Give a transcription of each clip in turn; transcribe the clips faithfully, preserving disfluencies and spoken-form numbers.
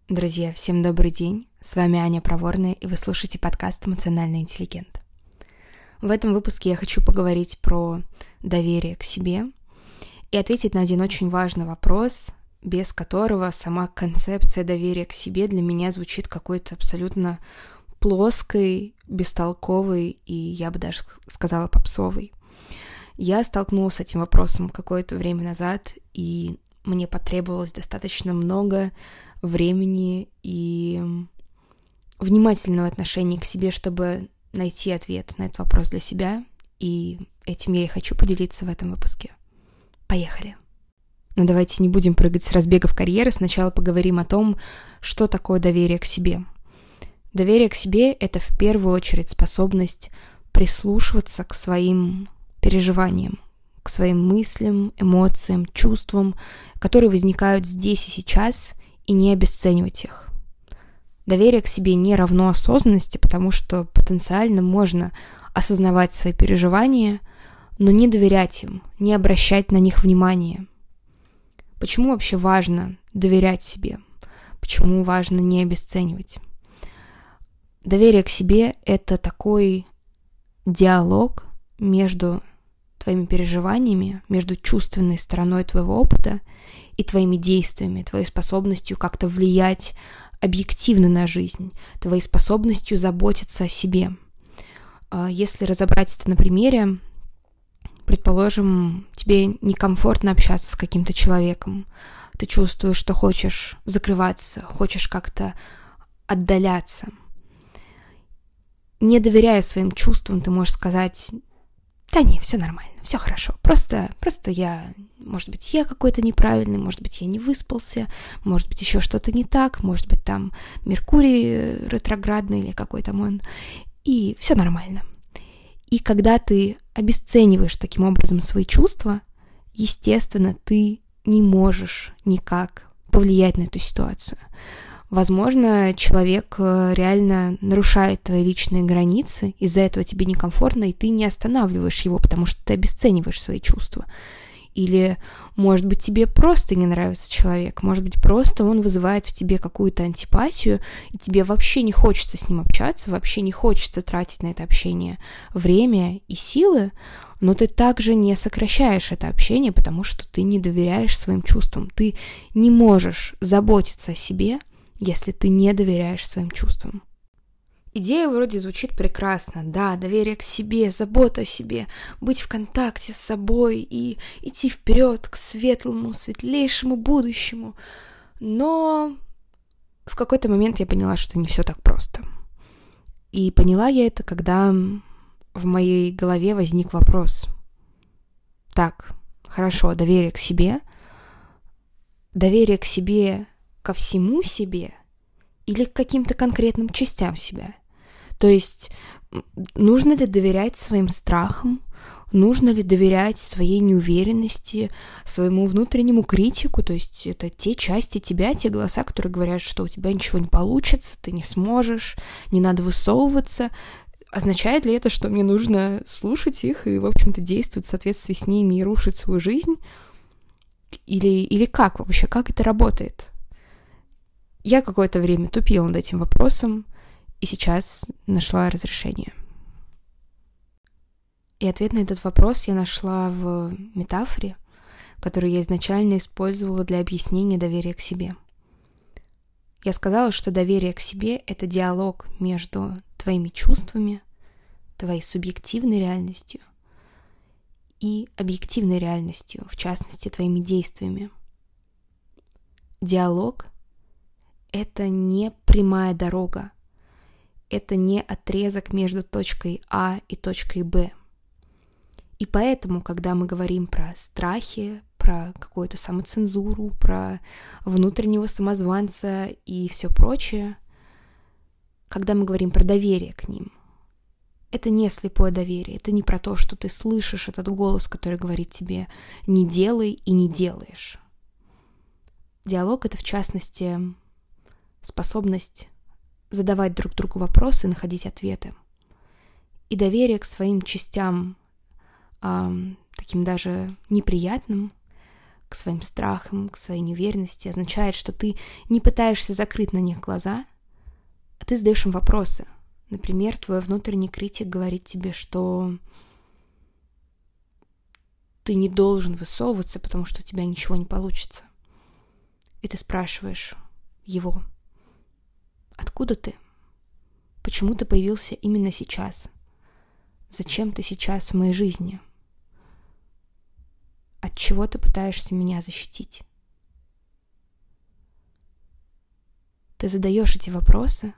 Друзья, всем добрый день, с вами Аня Проворная, и вы слушаете подкаст «Эмоциональный интеллигент». В этом выпуске я хочу поговорить про доверие к себе и ответить на один очень важный вопрос, без которого сама концепция доверия к себе для меня звучит какой-то абсолютно плоской, бестолковой и, я бы даже сказала, попсовой. Я столкнулась с этим вопросом какое-то время назад, и мне потребовалось достаточно много времени и внимательного отношения к себе, чтобы найти ответ на этот вопрос для себя, и этим я и хочу поделиться в этом выпуске. Поехали! Но давайте не будем прыгать с разбега в карьеры, сначала поговорим о том, что такое доверие к себе. Доверие к себе — это в первую очередь способность прислушиваться к своим переживаниям, к своим мыслям, эмоциям, чувствам, которые возникают здесь и сейчас, и не обесценивать их. Доверие к себе не равно осознанности, потому что потенциально можно осознавать свои переживания, но не доверять им, не обращать на них внимания. Почему вообще важно доверять себе? Почему важно не обесценивать? Доверие к себе — это такой диалог между твоими переживаниями, между чувственной стороной твоего опыта и твоими действиями, твоей способностью как-то влиять объективно на жизнь, твоей способностью заботиться о себе. Если разобрать это на примере, предположим, тебе некомфортно общаться с каким-то человеком, ты чувствуешь, что хочешь закрываться, хочешь как-то отдаляться. Не доверяя своим чувствам, ты можешь сказать: да не, все нормально, все хорошо, просто, просто я, может быть, я какой-то неправильный, может быть, я не выспался, может быть, еще что-то не так, может быть, там Меркурий ретроградный или какой там он, и все нормально. И когда ты обесцениваешь таким образом свои чувства, естественно, ты не можешь никак повлиять на эту ситуацию. Возможно, человек реально нарушает твои личные границы, из-за этого тебе некомфортно, и ты не останавливаешь его, потому что ты обесцениваешь свои чувства. Или, может быть, тебе просто не нравится человек, может быть, просто он вызывает в тебе какую-то антипатию, и тебе вообще не хочется с ним общаться, вообще не хочется тратить на это общение время и силы, но ты также не сокращаешь это общение, потому что ты не доверяешь своим чувствам. Ты не можешь заботиться о себе, если ты не доверяешь своим чувствам. Идея вроде звучит прекрасно, да, доверие к себе, забота о себе, быть в контакте с собой и идти вперед к светлому, светлейшему будущему. Но в какой-то момент я поняла, что не все так просто. И поняла я это, когда в моей голове возник вопрос. Так, хорошо, доверие к себе. Доверие к себе ко всему себе или к каким-то конкретным частям себя? То есть, нужно ли доверять своим страхам? Нужно ли доверять своей неуверенности, своему внутреннему критику? То есть, это те части тебя, те голоса, которые говорят, что у тебя ничего не получится, ты не сможешь, не надо высовываться. Означает ли это, что мне нужно слушать их и, в общем-то, действовать в соответствии с ними и рушить свою жизнь? Или, или как вообще? Как это работает? Я какое-то время тупила над этим вопросом, и сейчас нашла разрешение. И ответ на этот вопрос я нашла в метафоре, которую я изначально использовала для объяснения доверия к себе. Я сказала, что доверие к себе — это диалог между твоими чувствами, твоей субъективной реальностью и объективной реальностью, в частности, твоими действиями. Диалог — это не прямая дорога, это не отрезок между точкой А и точкой Б. И поэтому, когда мы говорим про страхи, про какую-то самоцензуру, про внутреннего самозванца и все прочее, когда мы говорим про доверие к ним, это не слепое доверие, это не про то, что ты слышишь этот голос, который говорит тебе «не делай» и «не делаешь». Диалог — это, в частности, способность задавать друг другу вопросы и находить ответы. И доверие к своим частям, э, таким даже неприятным, к своим страхам, к своей неуверенности, означает, что ты не пытаешься закрыть на них глаза, а ты задаешь им вопросы. Например, твой внутренний критик говорит тебе, что ты не должен высовываться, потому что у тебя ничего не получится. И ты спрашиваешь его: откуда ты? Почему ты появился именно сейчас? Зачем ты сейчас в моей жизни? От чего ты пытаешься меня защитить? Ты задаешь эти вопросы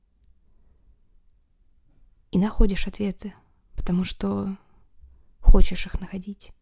и находишь ответы, потому что хочешь их находить.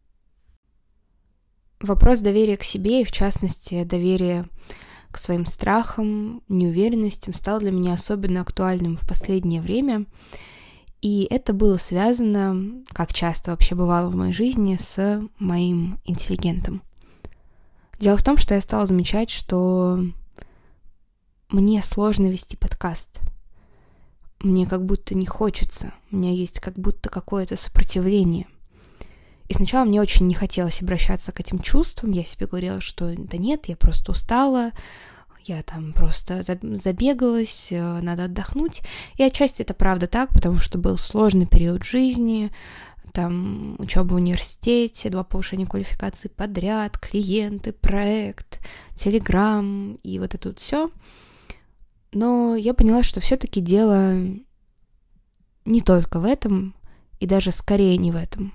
Вопрос доверия к себе, и в частности доверия к своим страхам, неуверенностям, стал для меня особенно актуальным в последнее время. И это было связано, как часто вообще бывало в моей жизни, с моим интеллигентом. Дело в том, что я стала замечать, что мне сложно вести подкаст. Мне как будто не хочется. У меня есть как будто какое-то сопротивление. И сначала мне очень не хотелось обращаться к этим чувствам. Я себе говорила, что да нет, я просто устала, я там просто забегалась, надо отдохнуть. И отчасти это правда так, потому что был сложный период жизни, там учеба в университете, два повышения квалификации подряд, клиенты, проект, Телеграм и вот это вот все. Но я поняла, что все-таки дело не только в этом, и даже скорее не в этом.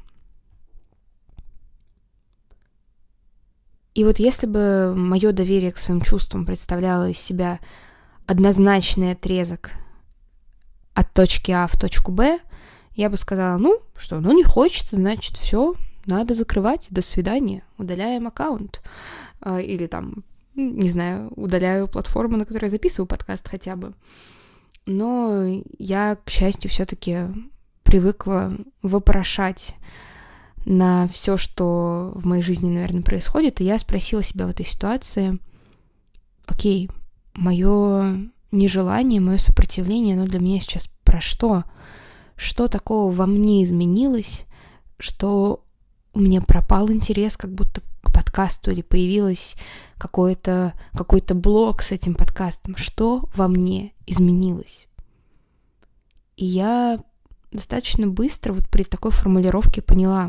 И вот если бы мое доверие к своим чувствам представляло из себя однозначный отрезок от точки А в точку Б, я бы сказала: ну, что, ну не хочется, значит, все, надо закрывать, до свидания, удаляем аккаунт. Или там, не знаю, удаляю платформу, на которой я записываю подкаст хотя бы. Но я, к счастью, все-таки привыкла вопрошать на все, что в моей жизни, наверное, происходит, и я спросила себя в этой ситуации: окей, мое нежелание, мое сопротивление, оно для меня сейчас про что? Что такого во мне изменилось, что у меня пропал интерес как будто к подкасту, или появилось какой-то, какой-то блок с этим подкастом? Что во мне изменилось? И я достаточно быстро вот при такой формулировке поняла: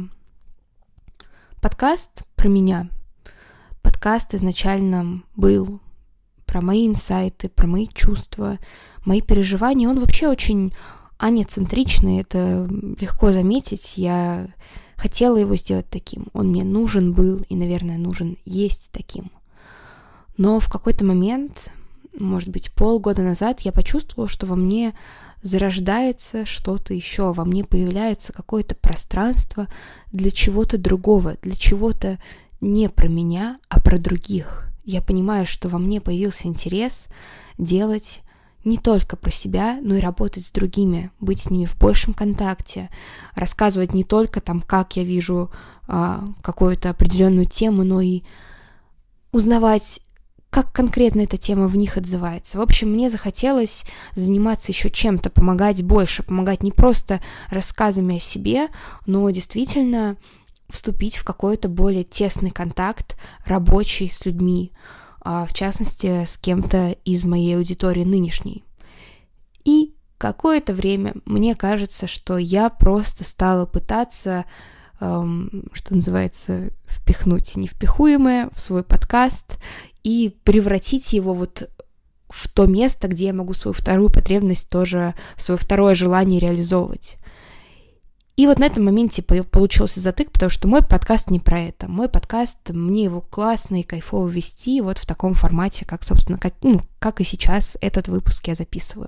подкаст про меня. Подкаст изначально был про мои инсайты, про мои чувства, мои переживания. Он вообще очень аня-центричный, это легко заметить. Я хотела его сделать таким. Он мне нужен был и, наверное, нужен есть таким. Но в какой-то момент, может быть, полгода назад, я почувствовала, что во мне зарождается что-то еще, во мне появляется какое-то пространство для чего-то другого, для чего-то не про меня, а про других. Я понимаю, что во мне появился интерес делать не только про себя, но и работать с другими, быть с ними в большем контакте, рассказывать не только там, как я вижу а, какую-то определенную тему, но и узнавать, как конкретно эта тема в них отзывается. В общем, мне захотелось заниматься еще чем-то, помогать больше, помогать не просто рассказами о себе, но действительно вступить в какой-то более тесный контакт рабочий с людьми, в частности, с кем-то из моей аудитории нынешней. И какое-то время мне кажется, что я просто стала пытаться, эм, что называется, впихнуть невпихуемое в свой подкаст и превратить его вот в то место, где я могу свою вторую потребность тоже, свое второе желание реализовывать. И вот на этом моменте получился затык, потому что мой подкаст не про это. Мой подкаст, мне его классно и кайфово вести вот в таком формате, как, собственно, как, ну, как и сейчас этот выпуск я записываю.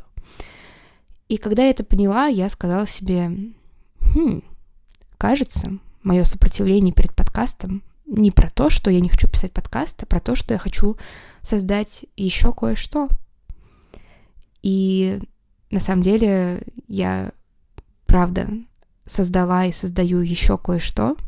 И когда я это поняла, я сказала себе: хм, кажется, мое сопротивление перед подкастом не про то, что я не хочу писать подкаст, а про то, что я хочу создать еще кое-что. И на самом деле я, правда, создала и создаю еще кое-что,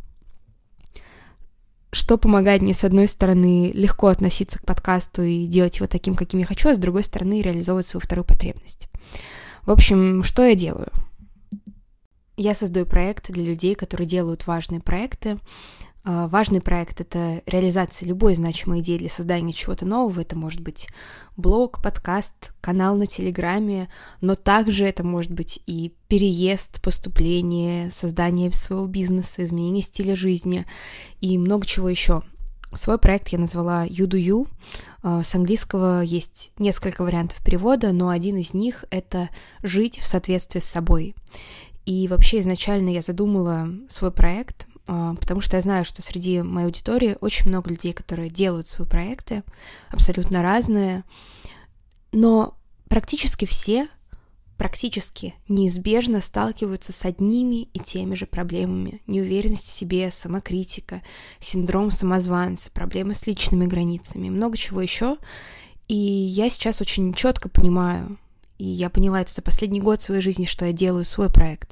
что помогает мне, с одной стороны, легко относиться к подкасту и делать его таким, каким я хочу, а с другой стороны, реализовывать свою вторую потребность. В общем, что я делаю? Я создаю проекты для людей, которые делают важные проекты, Важный проект — это реализация любой значимой идеи для создания чего-то нового. Это может быть блог, подкаст, канал на Телеграме, но также это может быть и переезд, поступление, создание своего бизнеса, изменение стиля жизни и много чего еще. Свой проект я назвала You Do You. С английского есть несколько вариантов перевода, но один из них — это «жить в соответствии с собой». И вообще изначально я задумала свой проект, потому что я знаю, что среди моей аудитории очень много людей, которые делают свои проекты, абсолютно разные, но практически все, практически неизбежно сталкиваются с одними и теми же проблемами. Неуверенность в себе, самокритика, синдром самозванца, проблемы с личными границами, много чего еще. И я сейчас очень четко понимаю, и я поняла это за последний год своей жизни, что я делаю свой проект,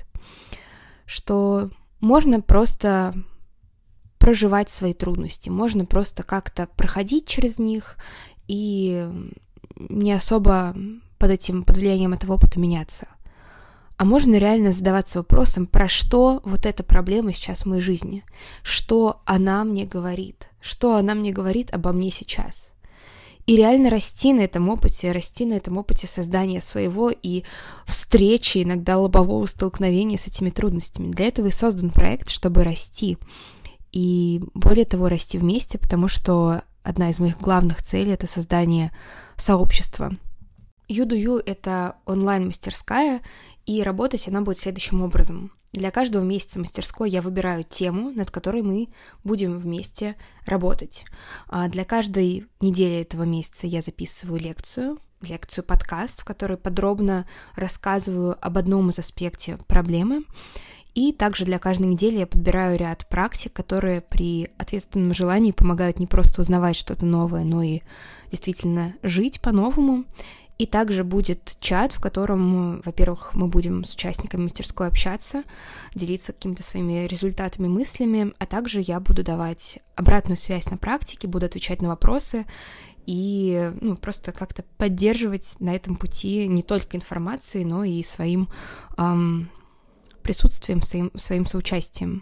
что можно просто проживать свои трудности, можно просто как-то проходить через них и не особо под этим, под влиянием этого опыта меняться. А можно реально задаваться вопросом, про что вот эта проблема сейчас в моей жизни, что она мне говорит, что она мне говорит обо мне сейчас. И реально расти на этом опыте, расти на этом опыте создания своего и встречи, иногда лобового столкновения с этими трудностями. Для этого и создан проект, чтобы расти. И более того, расти вместе, потому что одна из моих главных целей — это создание сообщества. You Do You — это онлайн-мастерская, и работать она будет следующим образом. Для каждого месяца мастерской я выбираю тему, над которой мы будем вместе работать. А для каждой недели этого месяца я записываю лекцию, лекцию-подкаст, в которой подробно рассказываю об одном из аспектов проблемы. И также для каждой недели я подбираю ряд практик, которые при ответственном желании помогают не просто узнавать что-то новое, но и действительно жить по-новому. И также будет чат, в котором, во-первых, мы будем с участниками мастерской общаться, делиться какими-то своими результатами, мыслями, а также я буду давать обратную связь на практике, буду отвечать на вопросы и ну, просто как-то поддерживать на этом пути не только информацией, но и своим эм, присутствием, своим, своим соучастием.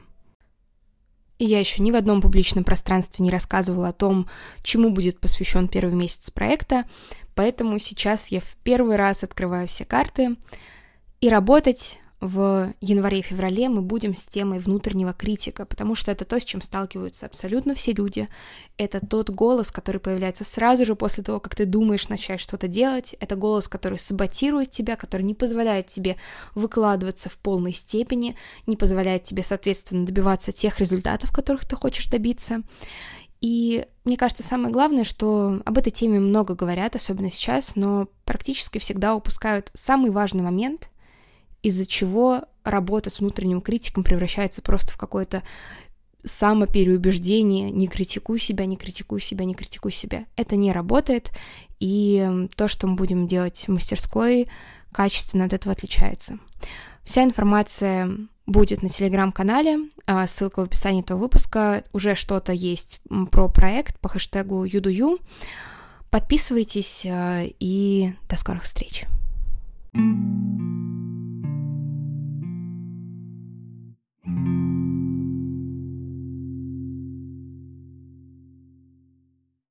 И я еще ни в одном публичном пространстве не рассказывала о том, чему будет посвящен первый месяц проекта, поэтому сейчас я в первый раз открываю все карты, и работать в январе-феврале мы будем с темой внутреннего критика, потому что это то, с чем сталкиваются абсолютно все люди. Это тот голос, который появляется сразу же после того, как ты думаешь начать что-то делать. Это голос, который саботирует тебя, который не позволяет тебе выкладываться в полной степени, не позволяет тебе, соответственно, добиваться тех результатов, которых ты хочешь добиться. И мне кажется, самое главное, что об этой теме много говорят, особенно сейчас, но практически всегда упускают самый важный момент, из-за чего работа с внутренним критиком превращается просто в какое-то самопереубеждение. Не критикуй себя, не критикуй себя, не критикуй себя. Это не работает, и то, что мы будем делать в мастерской, качественно от этого отличается. Вся информация будет на телеграм-канале, ссылка в описании этого выпуска. Уже что-то есть про проект по хэштегу You Do You. Подписывайтесь, и до скорых встреч. thank you